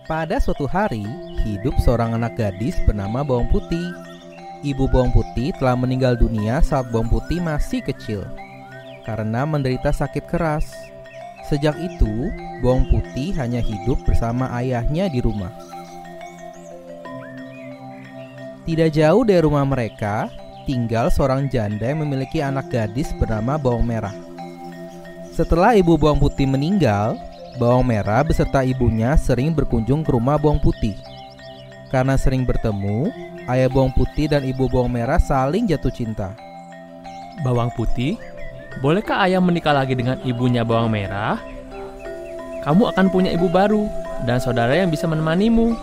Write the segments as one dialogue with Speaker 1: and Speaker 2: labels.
Speaker 1: Pada suatu hari, hidup seorang anak gadis bernama Bawang Putih. Ibu Bawang Putih telah meninggal dunia saat Bawang Putih masih kecil karena menderita sakit keras. Sejak itu, Bawang Putih hanya hidup bersama ayahnya di rumah. Tidak jauh dari rumah mereka, tinggal seorang janda yang memiliki anak gadis bernama Bawang Merah. Setelah ibu Bawang Putih meninggal, Bawang Merah beserta ibunya sering berkunjung ke rumah Bawang Putih. Karena sering bertemu, ayah Bawang Putih dan ibu Bawang Merah saling jatuh cinta.
Speaker 2: Bawang Putih, bolehkah ayah menikah lagi dengan ibunya Bawang Merah? Kamu akan punya ibu baru dan saudara yang bisa menemanimu.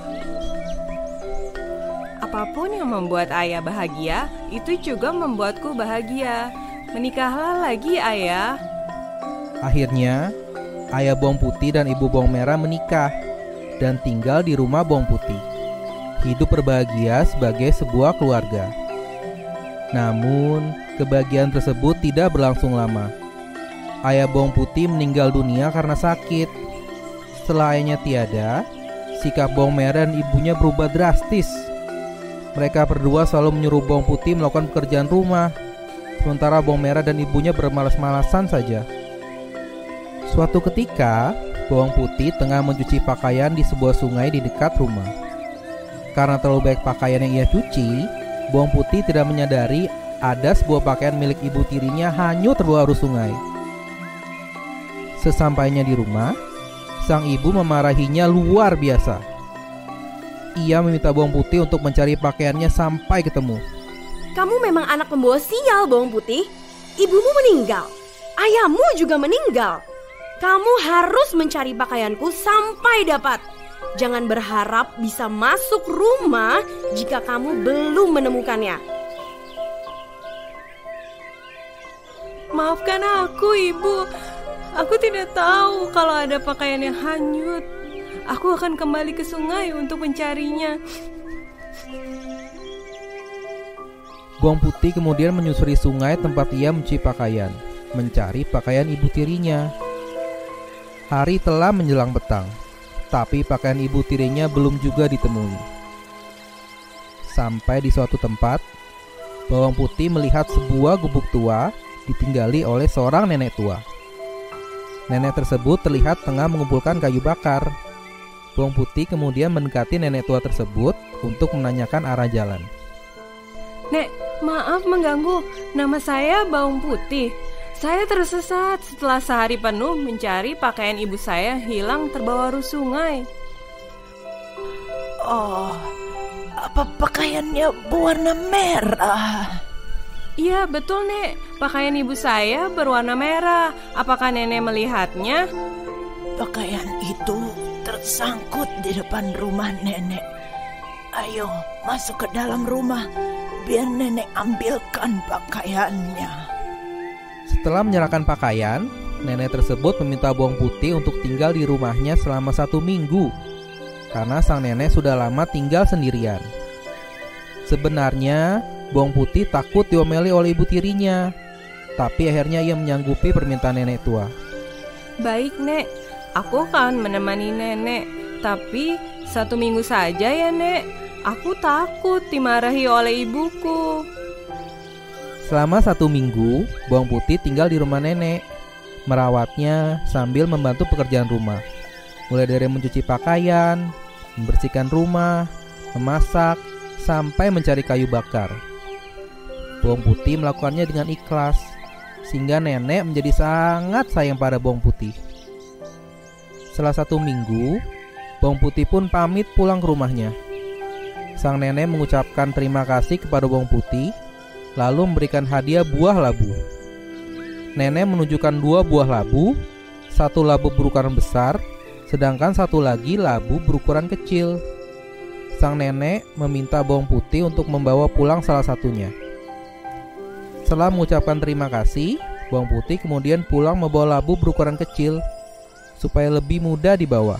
Speaker 3: Apapun yang membuat ayah bahagia, itu juga membuatku bahagia. Menikahlah lagi, ayah.
Speaker 1: Akhirnya, ayah Bawang Putih dan ibu Bawang Merah menikah dan tinggal di rumah Bawang Putih. Hidup berbahagia sebagai sebuah keluarga. Namun, kebahagiaan tersebut tidak berlangsung lama. Ayah Bawang Putih meninggal dunia karena sakit. Setelah ayahnya tiada, sikap Bawang Merah dan ibunya berubah drastis. Mereka berdua selalu menyuruh Bawang Putih melakukan pekerjaan rumah, sementara Bawang Merah dan ibunya bermalas-malasan saja. Suatu ketika, Bawang Putih tengah mencuci pakaian di sebuah sungai di dekat rumah. Karena terlalu banyak pakaian yang ia cuci, Bawang Putih tidak menyadari ada sebuah pakaian milik ibu tirinya hanyut terbawa arus sungai. Sesampainya di rumah, sang ibu memarahinya luar biasa. Ia meminta Bawang Putih untuk mencari pakaiannya sampai ketemu.
Speaker 4: Kamu memang anak pembawa sial, Bawang Putih. Ibumu meninggal, ayahmu juga meninggal. Kamu harus mencari pakaianku sampai dapat. Jangan berharap bisa masuk rumah jika kamu belum menemukannya.
Speaker 3: Maafkan aku, Ibu. Aku tidak tahu kalau ada pakaian yang hanyut. Aku akan kembali ke sungai untuk mencarinya.
Speaker 1: Bawang Putih kemudian menyusuri sungai tempat ia mencuci pakaian, mencari pakaian ibu tirinya. Hari telah menjelang petang, tapi pakaian ibu tirinya belum juga ditemui. Sampai di suatu tempat, Bawang Putih melihat sebuah gubuk tua ditinggali oleh seorang nenek tua. Nenek tersebut terlihat tengah mengumpulkan kayu bakar. Bawang Putih kemudian mendekati nenek tua tersebut untuk menanyakan arah jalan.
Speaker 3: Nek, maaf mengganggu. Nama saya Bawang Putih. Saya tersesat setelah sehari penuh mencari pakaian ibu saya hilang terbawa arus sungai.
Speaker 5: Oh, apa pakaiannya berwarna merah?
Speaker 3: Iya, betul, Nek. Pakaian ibu saya berwarna merah. Apakah Nenek melihatnya?
Speaker 5: Pakaian itu tersangkut di depan rumah nenek. Ayo masuk ke dalam rumah, biar nenek ambilkan pakaiannya.
Speaker 1: Setelah menyerahkan pakaian, nenek tersebut meminta Bawang Putih untuk tinggal di rumahnya selama 1 minggu, karena sang nenek sudah lama tinggal sendirian. Sebenarnya, Bawang Putih takut diomeli oleh ibu tirinya, tapi akhirnya ia menyanggupi permintaan nenek tua.
Speaker 3: Baik, Nek. Aku akan menemani Nenek. Tapi 1 minggu saja ya, Nek. Aku takut dimarahi oleh ibuku.
Speaker 1: Selama 1 minggu, Bawang Putih tinggal di rumah nenek, merawatnya sambil membantu pekerjaan rumah. Mulai dari mencuci pakaian, membersihkan rumah, memasak, sampai mencari kayu bakar. Bawang Putih melakukannya dengan ikhlas, sehingga nenek menjadi sangat sayang pada Bawang Putih. Setelah 1 minggu, Bawang Putih pun pamit pulang ke rumahnya. Sang nenek mengucapkan terima kasih kepada Bawang Putih, lalu memberikan hadiah buah labu. Nenek menunjukkan 2 buah labu, 1 labu berukuran besar, sedangkan 1 lagi labu berukuran kecil. Sang nenek meminta Bawang Putih untuk membawa pulang salah satunya. Setelah mengucapkan terima kasih, Bawang Putih kemudian pulang membawa labu berukuran kecil, supaya lebih mudah dibawa.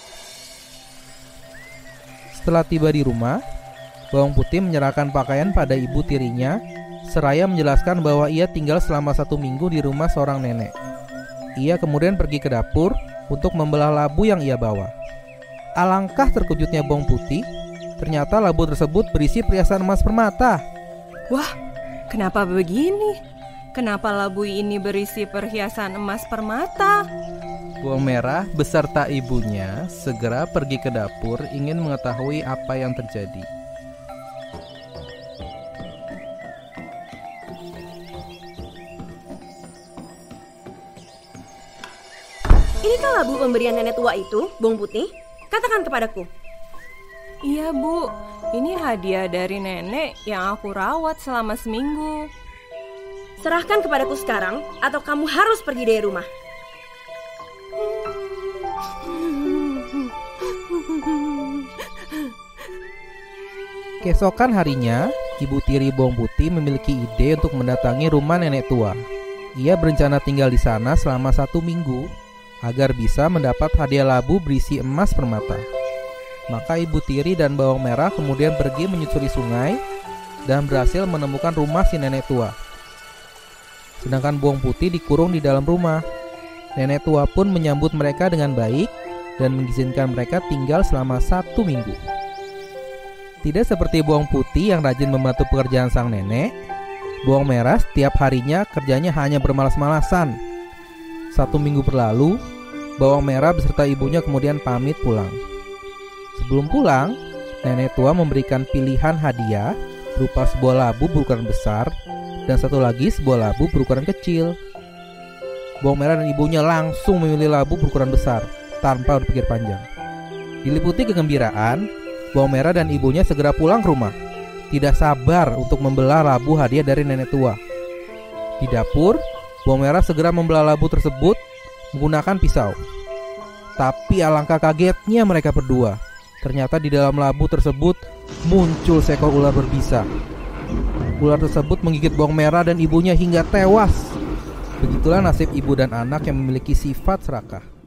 Speaker 1: Setelah tiba di rumah, Bawang Putih menyerahkan pakaian pada ibu tirinya, seraya menjelaskan bahwa ia tinggal selama 1 minggu di rumah seorang nenek. Ia kemudian pergi ke dapur untuk membelah labu yang ia bawa. Alangkah terkejutnya bawang putih, ternyata labu tersebut berisi perhiasan emas permata.
Speaker 3: Wah, kenapa begini? Kenapa labu ini berisi perhiasan emas permata?
Speaker 1: Bawang merah beserta ibunya segera pergi ke dapur ingin mengetahui apa yang terjadi.
Speaker 4: Inikah labu pemberian nenek tua itu, bawang putih? Katakan kepadaku.
Speaker 3: Iya Bu, ini hadiah dari nenek yang aku rawat selama seminggu.
Speaker 4: Serahkan kepadaku sekarang atau kamu harus pergi dari rumah.
Speaker 1: Keesokan harinya, Ibu tiri bawang putih memiliki ide untuk mendatangi rumah nenek tua. Ia berencana tinggal di sana selama 1 minggu agar bisa mendapat hadiah labu berisi emas permata. Maka ibu tiri dan bawang merah kemudian pergi menyusuri sungai dan berhasil menemukan rumah si nenek tua. Sedangkan bawang putih dikurung di dalam rumah. Nenek tua pun menyambut mereka dengan baik dan mengizinkan mereka tinggal selama 1 minggu. Tidak seperti bawang putih yang rajin membantu pekerjaan sang nenek, bawang merah setiap harinya kerjanya hanya bermalas-malasan. 1 minggu berlalu, bawang merah beserta ibunya kemudian pamit pulang. Sebelum pulang, nenek tua memberikan pilihan hadiah berupa sebuah labu berukuran besar dan satu lagi sebuah labu berukuran kecil. Bawang merah dan ibunya langsung memilih labu berukuran besar tanpa berpikir panjang. Diliputi kegembiraan, bawang merah dan ibunya segera pulang ke rumah, tidak sabar untuk membelah labu hadiah dari nenek tua. Di dapur, bawang merah segera membelah labu tersebut menggunakan pisau. Tapi alangkah kagetnya mereka berdua. Ternyata di dalam labu tersebut muncul seekor ular berbisa. Ular tersebut menggigit bawang merah dan ibunya hingga tewas. Begitulah nasib ibu dan anak yang memiliki sifat serakah.